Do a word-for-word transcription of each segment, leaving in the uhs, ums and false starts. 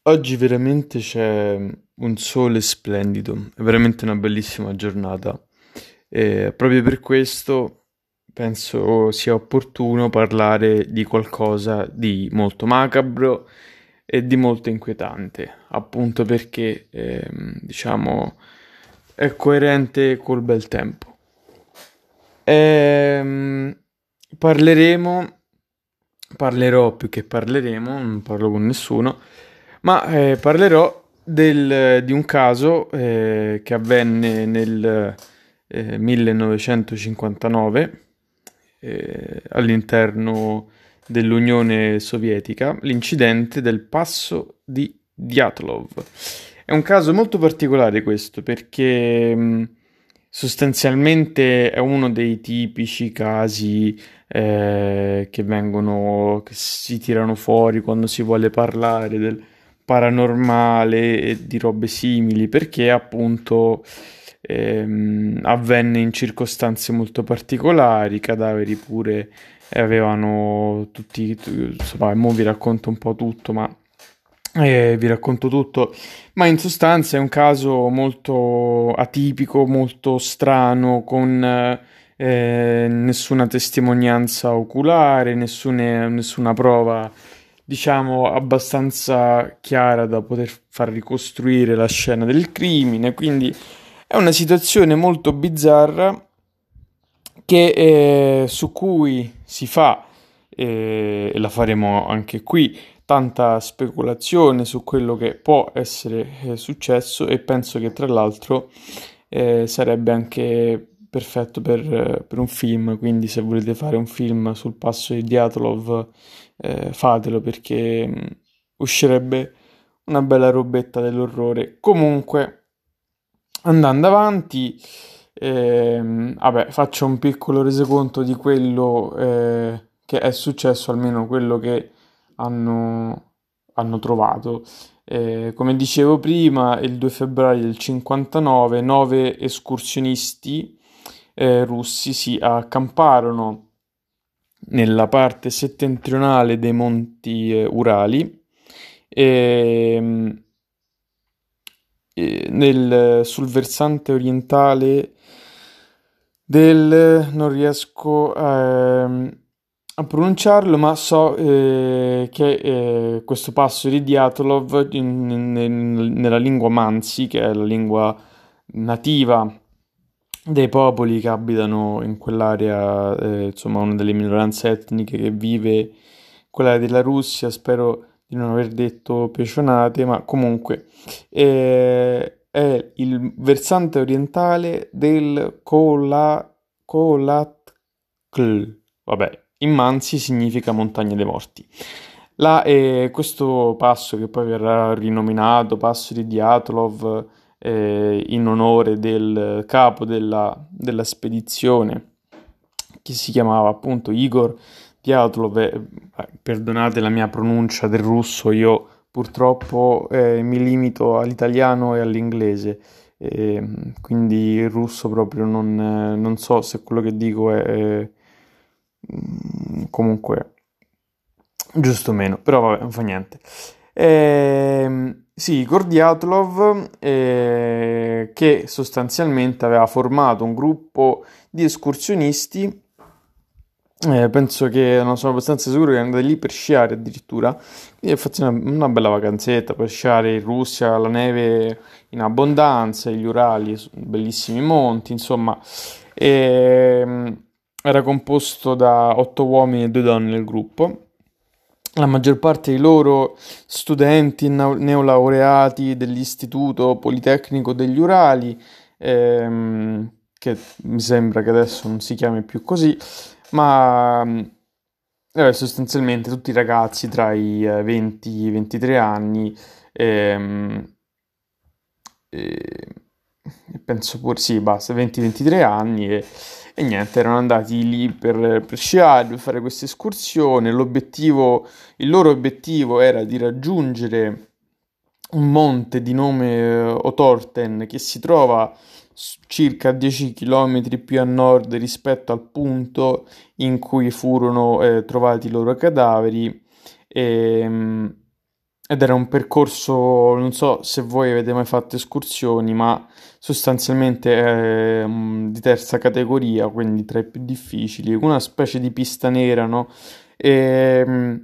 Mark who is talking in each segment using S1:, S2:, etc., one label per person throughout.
S1: Oggi veramente c'è un sole splendido, è veramente una bellissima giornata e proprio per questo penso sia opportuno parlare di qualcosa di molto macabro e di molto inquietante, appunto perché ehm, diciamo è coerente col bel tempo. Ehm, parleremo, parlerò più che parleremo, non parlo con nessuno, ma eh, parlerò del- di un caso eh, che avvenne nel eh, millenovecentocinquantanove eh, all'interno dell'Unione Sovietica, l'incidente del passo di Dyatlov. È un caso molto particolare questo perché mh, sostanzialmente è uno dei tipici casi eh, che vengono, che si tirano fuori quando si vuole parlare del paranormale e di robe simili, perché appunto ehm, avvenne in circostanze molto particolari, i cadaveri pure avevano tutti, insomma, mo vi racconto un po' tutto, ma eh, vi racconto tutto, ma in sostanza è un caso molto atipico, molto strano, con eh, nessuna testimonianza oculare, nessune- nessuna prova, diciamo, abbastanza chiara da poter far ricostruire la scena del crimine. Quindi è una situazione molto bizzarra che, eh, su cui si fa, eh, e la faremo anche qui, tanta speculazione su quello che può essere eh, successo e penso che tra l'altro eh, sarebbe anche perfetto per, eh, per un film, quindi se volete fare un film sul passo di Dyatlov, eh, fatelo perché mh, uscirebbe una bella robetta dell'orrore. Comunque, andando avanti, ehm, vabbè, faccio un piccolo resoconto di quello eh, che è successo, almeno quello che hanno, hanno trovato. Eh, come dicevo prima, il due febbraio del cinquantanove, nove escursionisti eh, russi si accamparono nella parte settentrionale dei monti eh, Urali e, e nel- sul versante orientale del... non riesco ehm, a pronunciarlo, ma so eh, che eh, questo passo di Dyatlov in- in- nella lingua Mansi, che è la lingua nativa dei popoli che abitano in quell'area, eh, insomma, una delle minoranze etniche che vive quella della Russia, spero di non aver detto pionate, ma comunque eh, è il versante orientale del Kola, Kolatl. Vabbè, in Mansi significa montagna dei morti. Là, eh, questo passo che poi verrà rinominato Passo di Dyatlov eh, in onore del capo della, della spedizione che si chiamava appunto Igor Dyatlov. eh, Perdonate la mia pronuncia del russo, io purtroppo eh, mi limito all'italiano e all'inglese, e, quindi il russo proprio non, eh, non so se quello che dico è, è mm, comunque giusto o meno, però vabbè, non fa niente. Ehm, sì, Gordiatlov, eh, che sostanzialmente aveva formato un gruppo di escursionisti, eh, penso che non sono abbastanza sicuro che andate lì per sciare addirittura, quindi è fatto una, una bella vacanzetta per sciare in Russia, la neve in abbondanza, gli Urali, bellissimi monti, insomma, ehm, era composto da otto uomini e due donne nel gruppo. La maggior parte di loro studenti neo- neolaureati dell'Istituto Politecnico degli Urali, ehm, che mi sembra che adesso non si chiami più così, ma mh, eh, sostanzialmente tutti ragazzi tra i eh, venti e i ventitré anni, ehm, e, e penso pure, sì, basta, venti ventitré anni e, e niente, erano andati lì per, per sciare, per fare questa escursione. L'obiettivo, il loro obiettivo era di raggiungere un monte di nome eh, Otorten che si trova s- circa dieci chilometri più a nord rispetto al punto in cui furono eh, trovati i loro cadaveri e, ed era un percorso, non so se voi avete mai fatto escursioni, ma sostanzialmente è mm, di terza categoria, quindi tra i più difficili, una specie di pista nera, no? E, mm,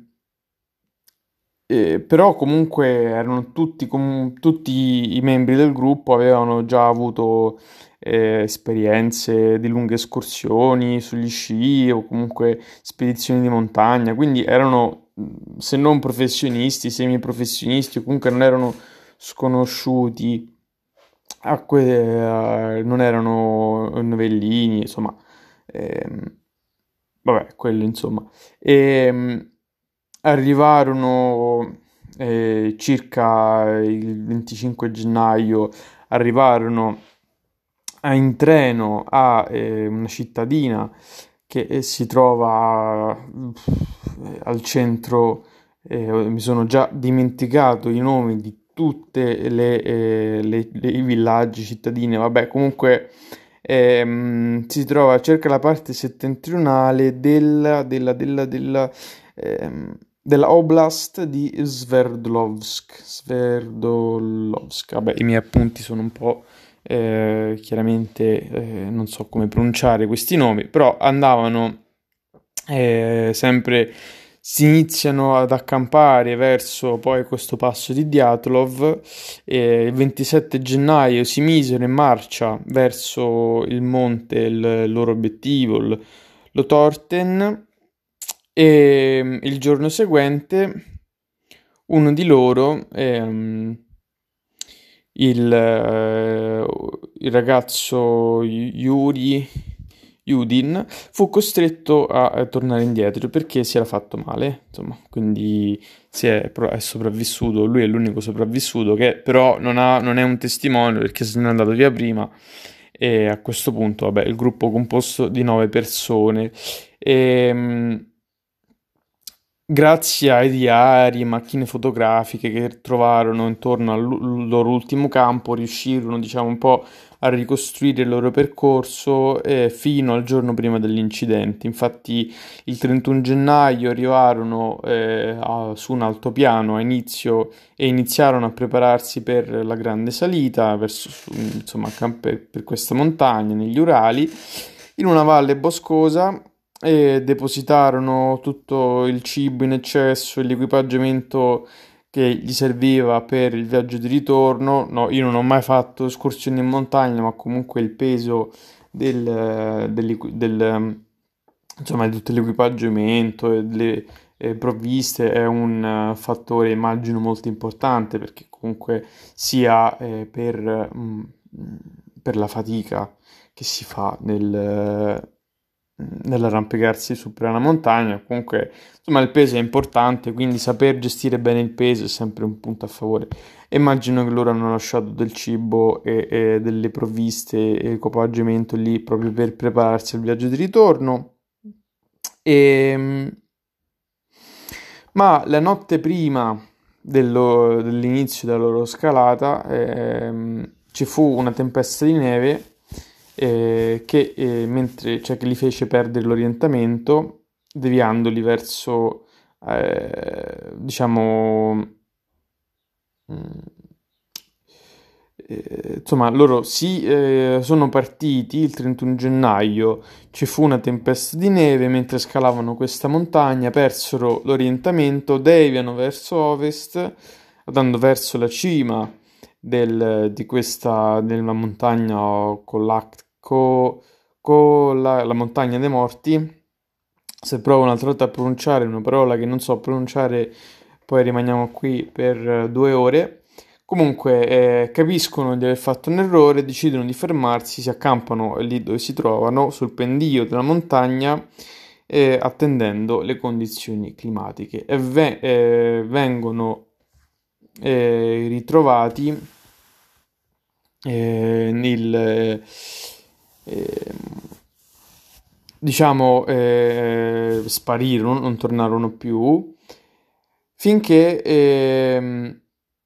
S1: eh, però comunque erano tutti, com- tutti i membri del gruppo avevano già avuto eh, esperienze di lunghe escursioni sugli sci o comunque spedizioni di montagna, quindi erano, mh, se non professionisti, semiprofessionisti o comunque non erano sconosciuti, a que- eh, non erano novellini, insomma, ehm, vabbè, quello insomma. E, arrivarono eh, circa il venticinque gennaio, arrivarono a- in treno a eh, una cittadina che eh, si trova eh, al centro, eh, mi sono già dimenticato i nomi di tutte le, eh, le- le- i villaggi, cittadine, vabbè, comunque ehm, si trova circa la parte settentrionale della, della, della, della, ehm, della Oblast di Sverdlovsk. Sverdlovsk, vabbè, i miei appunti sono un po' eh, chiaramente eh, non so come pronunciare questi nomi, però andavano eh, sempre, si iniziano ad accampare verso poi questo passo di Diatlov e il ventisette gennaio si misero in marcia verso il monte, il, il loro obiettivo, il- lo Torten, e mm, il giorno seguente uno di loro, ehm, il, eh, il ragazzo Yuri Yudin, fu costretto a, a tornare indietro perché si era fatto male, insomma, quindi si è, pro- è sopravvissuto, lui è l'unico sopravvissuto che però non ha- non è un testimone perché se n'è andato via prima e a questo punto, vabbè, il gruppo composto di nove persone. E, grazie ai diari, macchine fotografiche che trovarono intorno al lu- loro ultimo campo, riuscirono, diciamo, un po' a ricostruire il loro percorso eh, fino al giorno prima dell'incidente. Infatti, il trentuno gennaio arrivarono eh, a- su un altopiano a inizio e iniziarono a prepararsi per la grande salita verso, su- insomma, cam- per, per questa montagna negli Urali, in una valle boscosa e depositarono tutto il cibo in eccesso e l'equipaggiamento che gli serviva per il viaggio di ritorno. No, io non ho mai fatto escursioni in montagna, ma comunque il peso del, dell'equi- del, insomma, di tutto l'equipaggiamento e delle eh, provviste è un eh, fattore, immagino, molto importante perché comunque sia eh, per, mm, per la fatica che si fa nel, nell'arrampicarsi su per una montagna. Comunque, insomma, il peso è importante, quindi saper gestire bene il peso è sempre un punto a favore. E immagino che loro hanno lasciato del cibo e, e delle provviste e equipaggiamento lì proprio per prepararsi al viaggio di ritorno. E, ma la notte prima dello- dell'inizio della loro scalata ehm, ci fu una tempesta di neve eh, che, eh, mentre, cioè, che li fece perdere l'orientamento, deviandoli verso, eh, diciamo, mm, eh, insomma, loro si eh, sono partiti il trentuno gennaio, ci fu una tempesta di neve mentre scalavano questa montagna, persero l'orientamento, deviano verso ovest, andando verso la cima del- di questa della montagna con la, co- con la, la montagna dei morti. Se provo un'altra volta a pronunciare una parola che non so pronunciare, poi rimaniamo qui per eh, due ore. Comunque, eh, capiscono di aver fatto un errore, decidono di fermarsi, si accampano lì dove si trovano, sul pendio della montagna, eh, attendendo le condizioni climatiche e ve- eh, vengono eh, ritrovati eh, nel, eh, diciamo, eh, sparirono, non tornarono più, finché, ehm,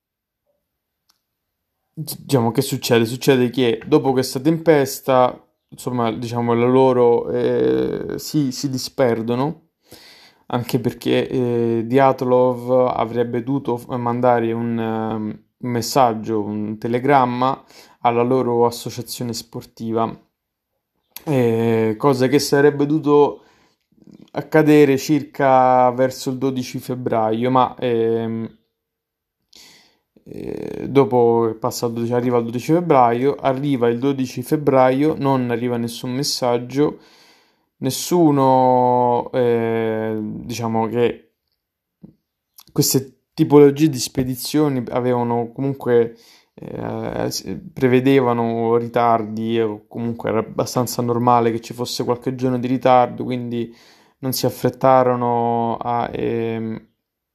S1: diciamo, che succede? Succede che dopo questa tempesta, insomma, diciamo, la loro, eh, si, si disperdono, anche perché eh, Dyatlov avrebbe dovuto mandare un, ehm, un messaggio, un telegramma alla loro associazione sportiva, eh, cosa che sarebbe dovuto accadere circa verso il dodici febbraio, ma ehm, eh, dopo che passa il dodici, arriva il dodici febbraio, arriva il dodici febbraio, non arriva nessun messaggio, nessuno, eh, diciamo che queste tipologie di spedizioni avevano comunque, eh, s- prevedevano ritardi, o comunque era abbastanza normale che ci fosse qualche giorno di ritardo, quindi non si affrettarono a, ehm,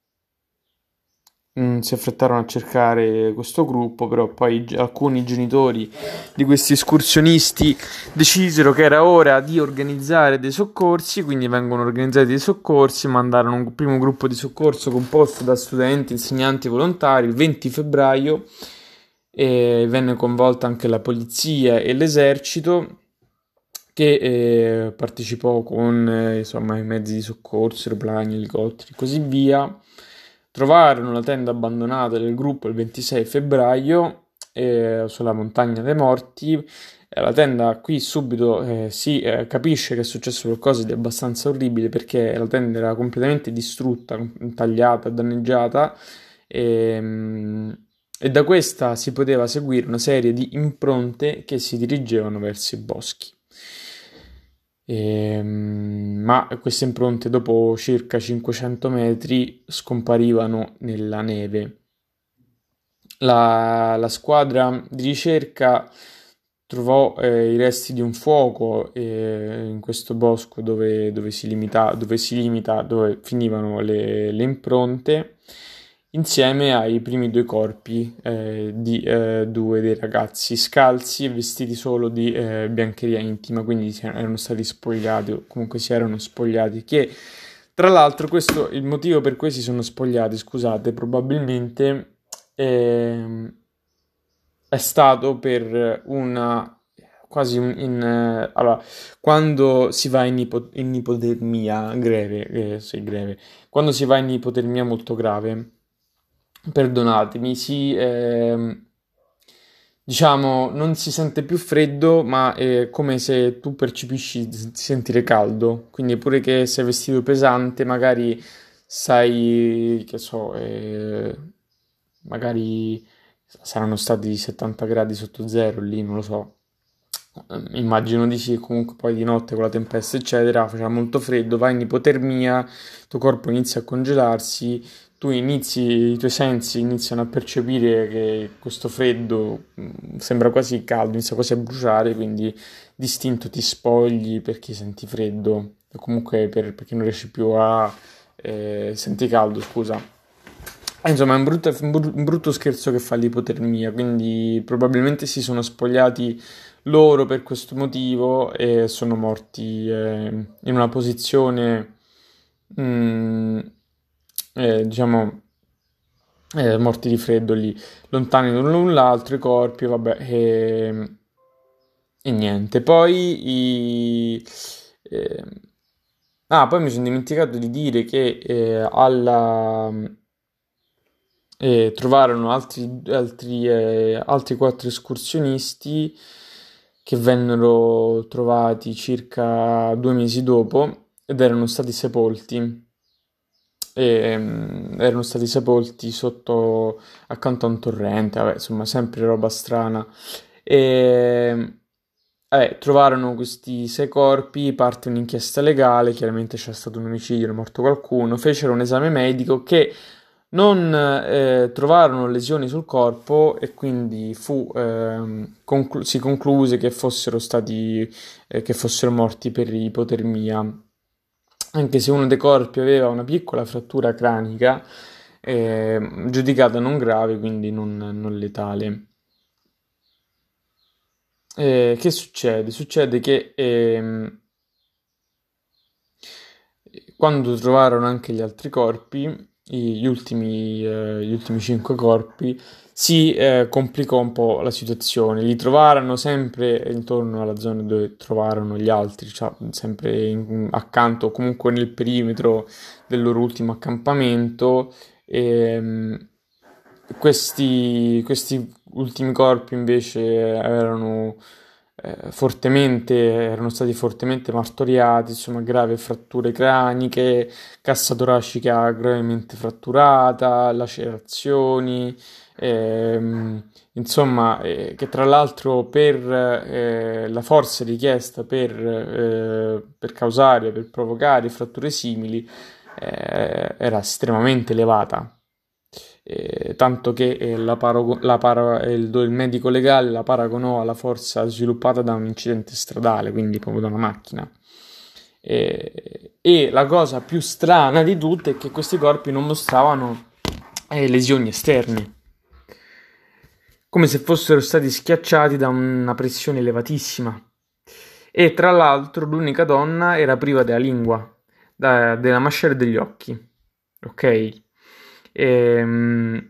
S1: mm, si affrettarono a cercare questo gruppo, però poi gi- alcuni genitori di questi escursionisti decisero che era ora di organizzare dei soccorsi, quindi vengono organizzati dei soccorsi, mandarono un primo gruppo di soccorso composto da studenti, insegnanti e volontari il venti febbraio, e venne coinvolta anche la polizia e l'esercito che eh, partecipò con eh, insomma, i mezzi di soccorso, aeroplani, elicotteri e così via. Trovarono la tenda abbandonata del gruppo il ventisei febbraio eh, sulla montagna dei morti. Eh, La tenda qui subito eh, si eh, capisce che è successo qualcosa di abbastanza orribile perché la tenda era completamente distrutta, tagliata, danneggiata e, mm, e da questa si poteva seguire una serie di impronte che si dirigevano verso i boschi. Ehm, ma queste impronte dopo circa cinquecento metri scomparivano nella neve. La, la squadra di ricerca trovò eh, i resti di un fuoco eh, in questo bosco dove, dove si limita, dove si limita, dove finivano le, le impronte, insieme ai primi due corpi eh, di eh, due dei ragazzi scalzi e vestiti solo di eh, biancheria intima, quindi si erano stati spogliati o comunque si erano spogliati, che tra l'altro questo il motivo per cui si sono spogliati, scusate, probabilmente ehm, è stato per una quasi un, in, eh, allora, quando si va in, ipo- in ipotermia greve, eh, sì, greve, quando si va in ipotermia molto grave, perdonatemi, si, ehm, diciamo, non si sente più freddo, ma è come se tu percepisci di sentire caldo, quindi pure che sei vestito pesante, magari sai, che so, eh, magari saranno stati settanta gradi sotto zero lì, non lo so. Ehm, Immagino di sì, comunque poi di notte con la tempesta, eccetera, faceva molto freddo, vai in ipotermia, il tuo corpo inizia a congelarsi, tu inizi, i tuoi sensi iniziano a percepire che questo freddo mh, sembra quasi caldo, inizia quasi a bruciare, quindi distinto ti spogli perché senti freddo, o comunque per- perché non riesci più a eh, senti caldo, scusa. Eh, Insomma, è un brutto, un bru- un brutto scherzo che fa l'ipotermia, quindi probabilmente si sono spogliati loro per questo motivo e sono morti eh, in una posizione, mm, eh, diciamo, eh, morti di freddo lì, lontani l'uno dall'altro, i corpi, vabbè, e, e niente. Poi i... eh, ah, poi mi sono dimenticato di dire che eh, alla e trovarono altri, altri, eh, altri quattro escursionisti che vennero trovati circa due mesi dopo ed erano stati sepolti. E, mm, erano stati sepolti sotto accanto a un torrente, vabbè, insomma, sempre roba strana. E vabbè, trovarono questi sei corpi, parte un'inchiesta legale, chiaramente c'è stato un omicidio, è morto qualcuno, fecero un esame medico che non eh, trovarono lesioni sul corpo e quindi fu, ehm, conclu- si concluse che fossero stati, eh, che fossero morti per ipotermia, anche se uno dei corpi aveva una piccola frattura cranica, eh, giudicata non grave, quindi non, non letale. Eh, che succede? Succede che ehm, quando trovarono anche gli altri corpi, gli ultimi, eh, gli ultimi cinque corpi, si eh, complicò un po' la situazione. Li trovarono sempre intorno alla zona dove trovarono gli altri, cioè sempre in- accanto, comunque nel perimetro del loro ultimo accampamento. E, mh, questi, questi ultimi corpi invece erano eh, fortemente, erano stati fortemente martoriati, insomma, gravi fratture craniche, cassa toracica gravemente fratturata, lacerazioni, ehm, insomma, eh, che tra l'altro per eh, la forza richiesta per, eh, per causare, per provocare fratture simili, eh, era estremamente elevata. Eh, tanto che eh, la parago- la para- il, il medico legale la paragonò alla forza sviluppata da un incidente stradale, quindi proprio da una macchina. Eh, e la cosa più strana di tutte è che questi corpi non mostravano eh, lesioni esterne, come se fossero stati schiacciati da una pressione elevatissima. E tra l'altro l'unica donna era priva della lingua, da- della mascella e degli occhi. Ok? Ehm,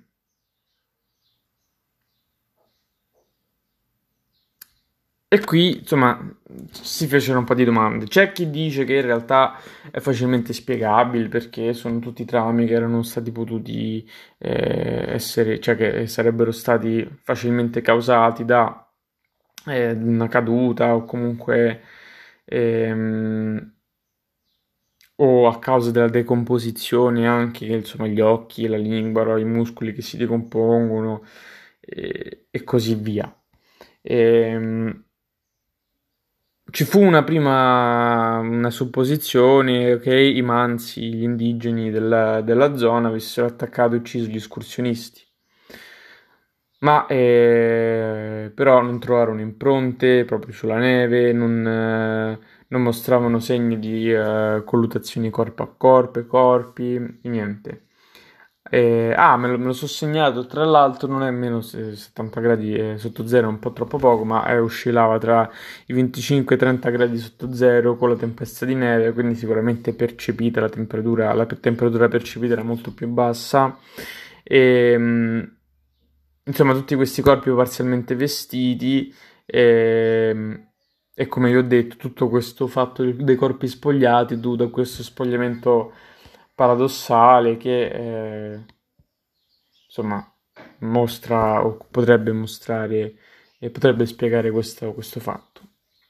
S1: E qui, insomma, si fecero un po' di domande. C'è chi dice che in realtà è facilmente spiegabile perché sono tutti traumi che erano stati potuti eh, essere, cioè che sarebbero stati facilmente causati da eh, una caduta o comunque ehm, o a causa della decomposizione anche, insomma, gli occhi, la lingua, i muscoli che si decompongono e, e così via. Ehm, Ci fu una prima una supposizione che i mansi, gli indigeni della, della zona, avessero attaccato e ucciso gli escursionisti, ma eh, però non trovarono impronte proprio sulla neve, non, eh, non mostravano segni di eh, colluttazioni corpo a corpo, e corpi, e niente. Eh, ah, me lo, me lo so segnato, tra l'altro non è meno se- settanta gradi eh, sotto zero, è un po' troppo poco, ma eh, oscillava tra i venticinque e i trenta gradi sotto zero con la tempesta di neve, quindi sicuramente percepita la temperatura, la pe- temperatura percepita era molto più bassa. E, mh, insomma, tutti questi corpi parzialmente vestiti e, e come vi ho detto, tutto questo fatto dei corpi spogliati dovuto a questo spogliamento paradossale che eh, insomma mostra o potrebbe mostrare e potrebbe spiegare questo, questo fatto.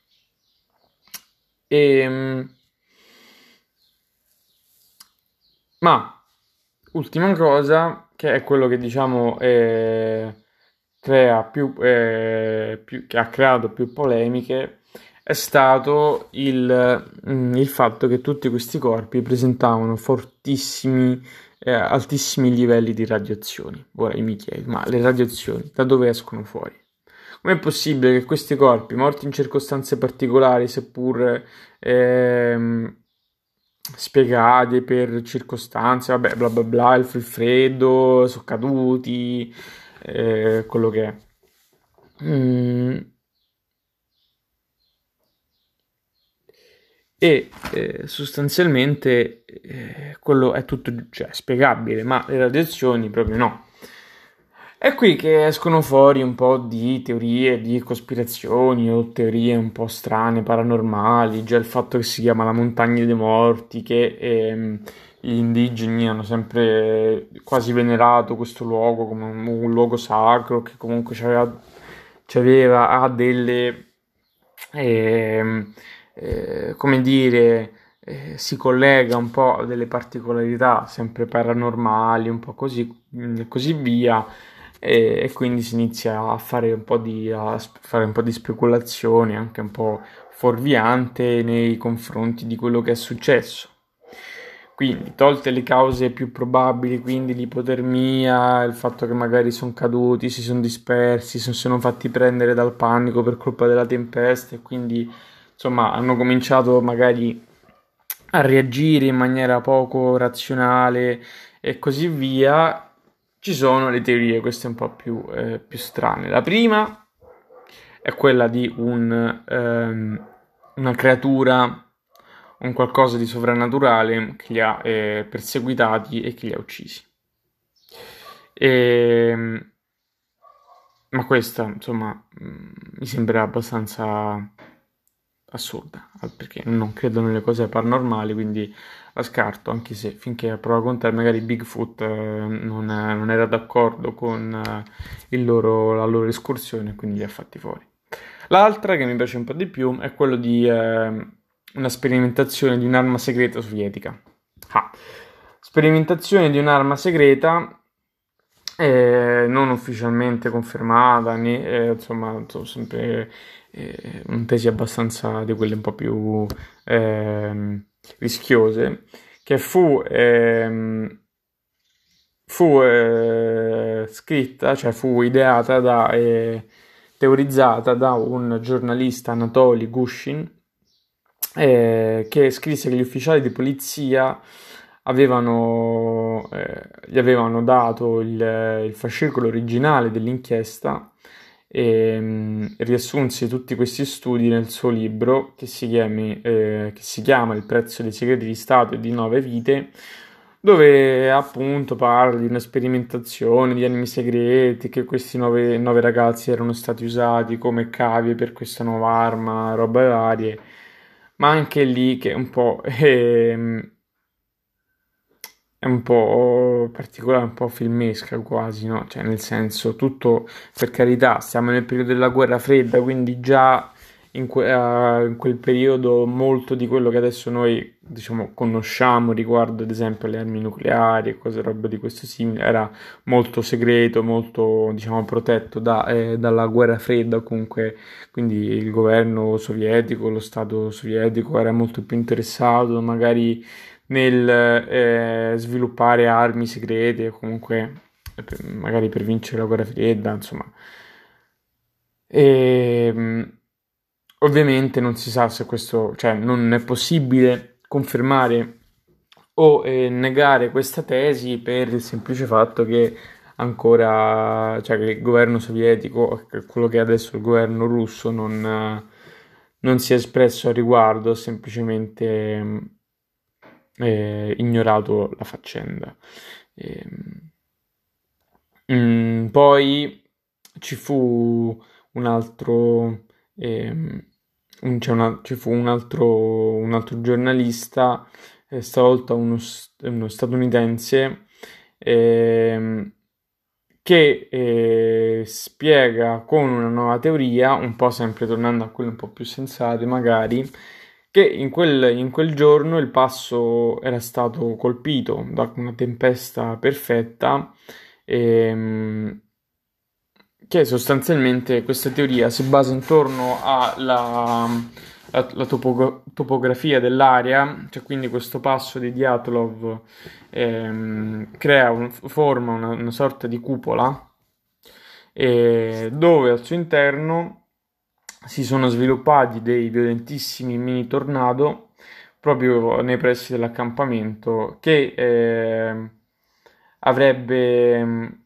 S1: E, ma ultima cosa, che è quello che diciamo eh, crea più, eh, più- che ha creato più polemiche, è stato il, mm, il fatto che tutti questi corpi presentavano fortissimi, eh, altissimi livelli di radiazioni. Ora io mi chiedo, ma le radiazioni da dove escono fuori? Com'è possibile che questi corpi, morti in circostanze particolari, seppur ehm, spiegati per circostanze, vabbè, bla bla bla, il fr- il freddo, sono caduti, eh, quello che è. Mm, e eh, sostanzialmente eh, quello è tutto, cioè, spiegabile, ma le radiazioni proprio no. È qui che escono fuori un po' di teorie di cospirazioni o teorie un po' strane, paranormali, già il fatto che si chiama la montagna dei morti, che ehm, gli indigeni hanno sempre quasi venerato questo luogo come un, un luogo sacro, che comunque c'aveva, c'aveva ha delle, ehm, eh, come dire, eh, si collega un po' a delle particolarità sempre paranormali, un po' così, mm, e così via e, e quindi si inizia a fare un po' di, a sp- fare un po' di speculazione, anche un po' fuorviante nei confronti di quello che è successo. Quindi, tolte le cause più probabili, quindi l'ipotermia, il fatto che magari sono caduti, si sono dispersi, si sono fatti prendere dal panico per colpa della tempesta e quindi, insomma, hanno cominciato magari a reagire in maniera poco razionale e così via, ci sono le teorie, queste un po' più, eh, più strane. La prima è quella di un, ehm, una creatura, un qualcosa di sovrannaturale che li ha eh, perseguitati e che li ha uccisi. E, ma questa, insomma, mh, mi sembra abbastanza assurda, perché non credo nelle cose paranormali, quindi la scarto, anche se finché a prova con te magari Bigfoot eh, non, non era d'accordo con eh, il loro- la loro escursione, quindi li ha fatti fuori. L'altra che mi piace un po' di più è quello di eh, una sperimentazione di un'arma segreta sovietica. Ah. Sperimentazione di un'arma segreta eh, non ufficialmente confermata, né, eh, insomma, sono sempre eh, un tesi abbastanza di quelle un po' più ehm, rischiose, che fu, ehm, fu eh, scritta, cioè fu ideata da, eh, teorizzata da un giornalista, Anatoly Gushin, eh, che scrisse che gli ufficiali di polizia avevano, eh, gli avevano dato il, il fascicolo originale dell'inchiesta e mh, riassunse tutti questi studi nel suo libro che si, chiami, eh, che si chiama Il prezzo dei segreti di Stato e di nove vite, dove appunto parla di una sperimentazione di animi segreti, che questi nove, nove ragazzi erano stati usati come cavie per questa nuova arma, robe varie, ma anche lì che è un po', ehm, è un po' particolare, un po' filmesca quasi, no? Cioè, nel senso, tutto per carità, siamo nel periodo della guerra fredda, quindi già in, que- eh, in quel periodo molto di quello che adesso noi, diciamo, conosciamo riguardo, ad esempio, le armi nucleari e cose, roba di questo simile, era molto segreto, molto, diciamo, protetto da, eh, dalla guerra fredda, comunque, quindi il governo sovietico, lo Stato sovietico era molto più interessato, magari nel eh, sviluppare armi segrete o comunque eh, per- magari per vincere la guerra fredda, insomma. E, mh, ovviamente non si sa se questo, cioè non è possibile confermare o eh, negare questa tesi per il semplice fatto che ancora, cioè che il governo sovietico, che quello che è adesso il governo russo, non, eh, non si è espresso a riguardo, ha semplicemente mh, eh, ignorato la faccenda. Ehm, mm, poi ci fu un altro, ehm, un- c'è una- ci fu un altro, un altro giornalista, eh, stavolta uno, s- uno statunitense, ehm, che eh, spiega con una nuova teoria, un po' sempre tornando a quelle un po' più sensate magari, che in quel, in quel giorno il passo era stato colpito da una tempesta perfetta, ehm, che sostanzialmente questa teoria si basa intorno alla la, la topogo- topografia dell'area, cioè quindi questo passo di Dyatlov ehm, crea un- forma una, una sorta di cupola eh, dove al suo interno si sono sviluppati dei violentissimi mini tornado proprio nei pressi dell'accampamento che eh, avrebbe mh,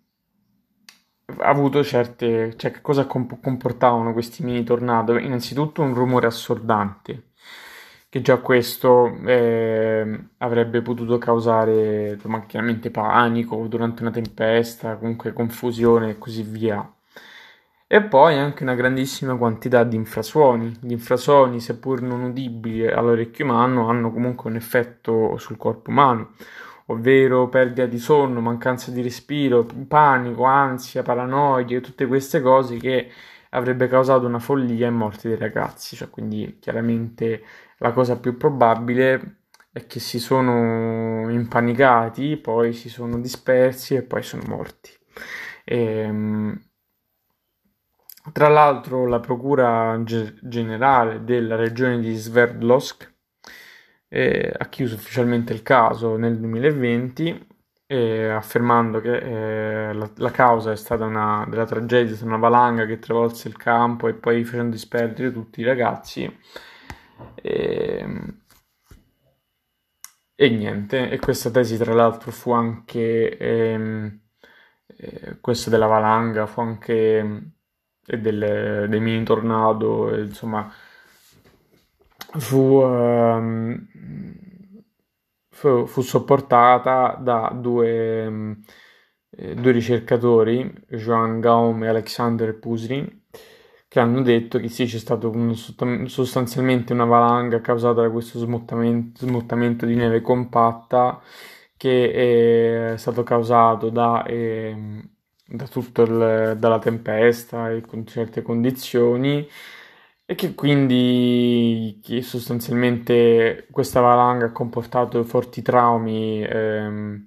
S1: avuto certe, cioè che cosa comp- comportavano questi mini tornado? Innanzitutto un rumore assordante, che già questo eh, avrebbe potuto causare insomma, chiaramente panico durante una tempesta, comunque confusione e così via. E poi anche una grandissima quantità di infrasuoni. Gli infrasuoni, seppur non udibili all'orecchio umano, hanno comunque un effetto sul corpo umano, ovvero perdita di sonno, mancanza di respiro, panico, ansia, paranoia, tutte queste cose che avrebbe causato una follia e morte dei ragazzi. Cioè, quindi chiaramente la cosa più probabile è che si sono impanicati, poi si sono dispersi e poi sono morti. Ehm, Tra l'altro, la Procura ge- Generale della regione di Sverdlovsk eh, ha chiuso ufficialmente il caso nel duemilaventi, eh, affermando che eh, la, la causa è stata una, della tragedia, è stata una valanga che travolse il campo e poi facendo disperdere tutti i ragazzi. E, e niente, e questa tesi tra l'altro fu anche, ehm, eh, questa della valanga, fu anche e del- dei mini tornado, e, insomma, fu, ehm, fu, fu sopportata da due, ehm, eh, due ricercatori, Joan Gaume e Alexander Pusrin, che hanno detto che sì, c'è stato un- sostanzialmente una valanga causata da questo smottamento, smottamento di neve compatta che è stato causato da, ehm, da tutto il- dalla tempesta e con certe condizioni e che quindi che sostanzialmente questa valanga ha comportato forti traumi ehm,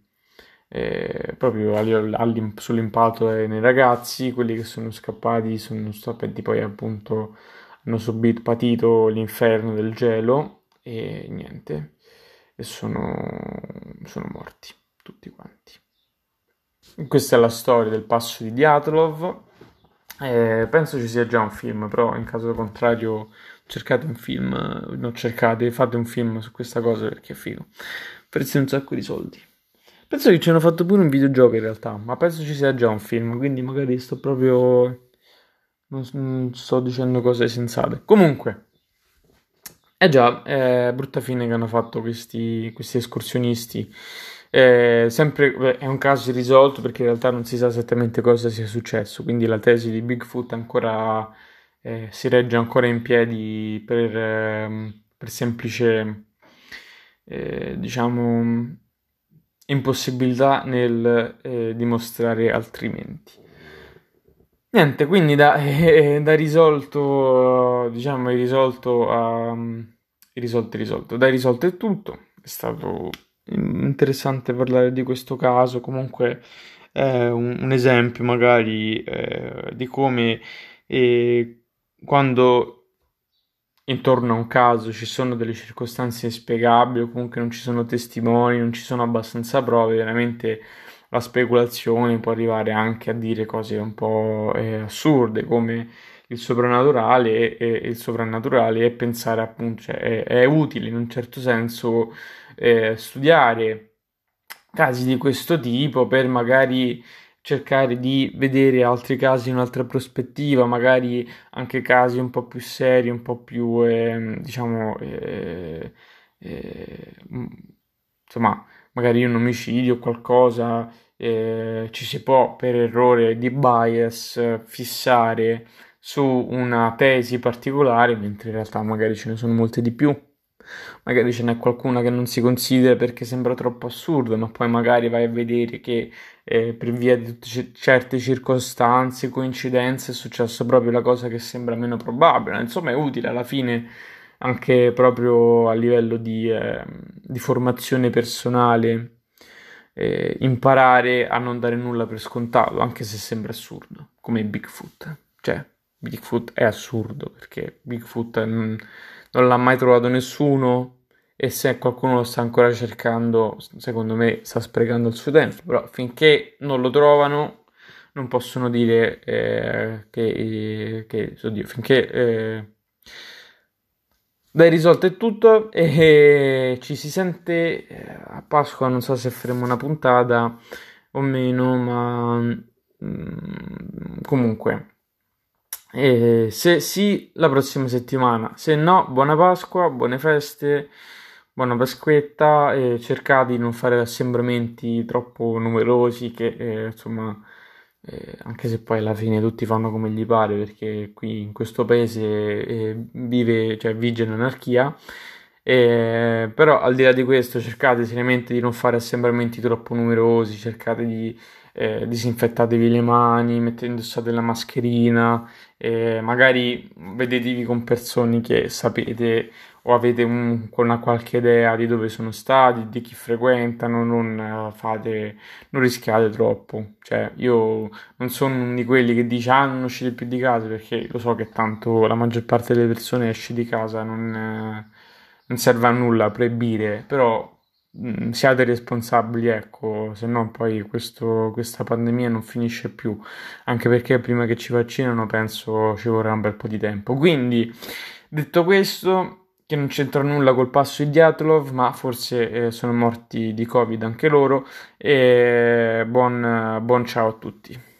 S1: eh, proprio all- all'im- sull'impatto eh, nei ragazzi, quelli che sono scappati sono stati poi appunto hanno subito, patito l'inferno del gelo e niente, e sono, sono morti tutti quanti. Questa è la storia del passo di Dyatlov. Eh, penso ci sia già un film, però in caso contrario cercate un film, non cercate, fate un film su questa cosa perché è figo. Prezzi un sacco di soldi. Penso che ci hanno fatto pure un videogioco in realtà, ma penso ci sia già un film, quindi magari sto proprio... non, non sto dicendo cose sensate. Comunque, eh già, è brutta fine che hanno fatto questi, questi escursionisti. Eh, sempre, beh, è un caso irrisolto perché in realtà non si sa esattamente cosa sia successo, quindi la tesi di Bigfoot ancora, eh, si regge ancora in piedi per, ehm, per semplice, eh, diciamo, impossibilità nel, eh, dimostrare altrimenti. Niente, quindi da, eh, da risolto, diciamo, è risolto a... risolto, è risolto. Da risolto è tutto. È stato interessante parlare di questo caso, comunque è un, un esempio magari eh, di come eh, quando intorno a un caso ci sono delle circostanze inspiegabili o comunque non ci sono testimoni, non ci sono abbastanza prove, veramente la speculazione può arrivare anche a dire cose un po' eh, assurde come il soprannaturale e, e il sovrannaturale e pensare appunto, cioè, è, è utile in un certo senso eh, studiare casi di questo tipo per magari cercare di vedere altri casi in un'altra prospettiva, magari anche casi un po' più seri, un po' più, ehm, diciamo, eh, eh, mm, insomma, magari un omicidio o qualcosa, eh, ci si può per errore di bias eh, fissare su una tesi particolare, mentre in realtà magari ce ne sono molte di più. Magari ce n'è qualcuna che non si considera perché sembra troppo assurdo, ma poi magari vai a vedere che eh, per via di tutte c- certe circostanze, coincidenze, è successo proprio la cosa che sembra meno probabile. Insomma, è utile alla fine anche proprio a livello di, eh, di formazione personale, eh, imparare a non dare nulla per scontato, anche se sembra assurdo, come Bigfoot. Cioè, Bigfoot è assurdo perché Bigfoot non, non l'ha mai trovato nessuno e se qualcuno lo sta ancora cercando, secondo me sta sprecando il suo tempo, però finché non lo trovano non possono dire eh, che, che oddio, finché eh, dai risolto è tutto e ci si sente eh, a Pasqua, non so se faremo una puntata o meno, ma mm, comunque eh, se sì la prossima settimana, se no buona Pasqua, buone feste, buona Pasquetta e cercate di non fare assembramenti troppo numerosi che eh, insomma eh, anche se poi alla fine tutti fanno come gli pare perché qui in questo paese eh, vive, cioè vige l'anarchia. Eh, però al di là di questo cercate seriamente di non fare assembramenti troppo numerosi, cercate di eh, disinfettatevi le mani, mettete, indossate la mascherina, eh, magari vedetevi con persone che sapete o avete un- una qualche idea di dove sono stati, di chi frequentano, non eh, fate, non rischiate troppo. Cioè, io non sono uno di quelli che dice ah, non uscite più di casa perché lo so che tanto la maggior parte delle persone esce di casa, non, eh, non serve a nulla proibire, però mh, siate responsabili, ecco, se no poi questo- questa pandemia non finisce più, anche perché prima che ci vaccinano penso ci vorrà un bel po' di tempo. Quindi, detto questo, che non c'entra nulla col passo di Dyatlov, ma forse eh, sono morti di Covid anche loro, e buon buon ciao a tutti.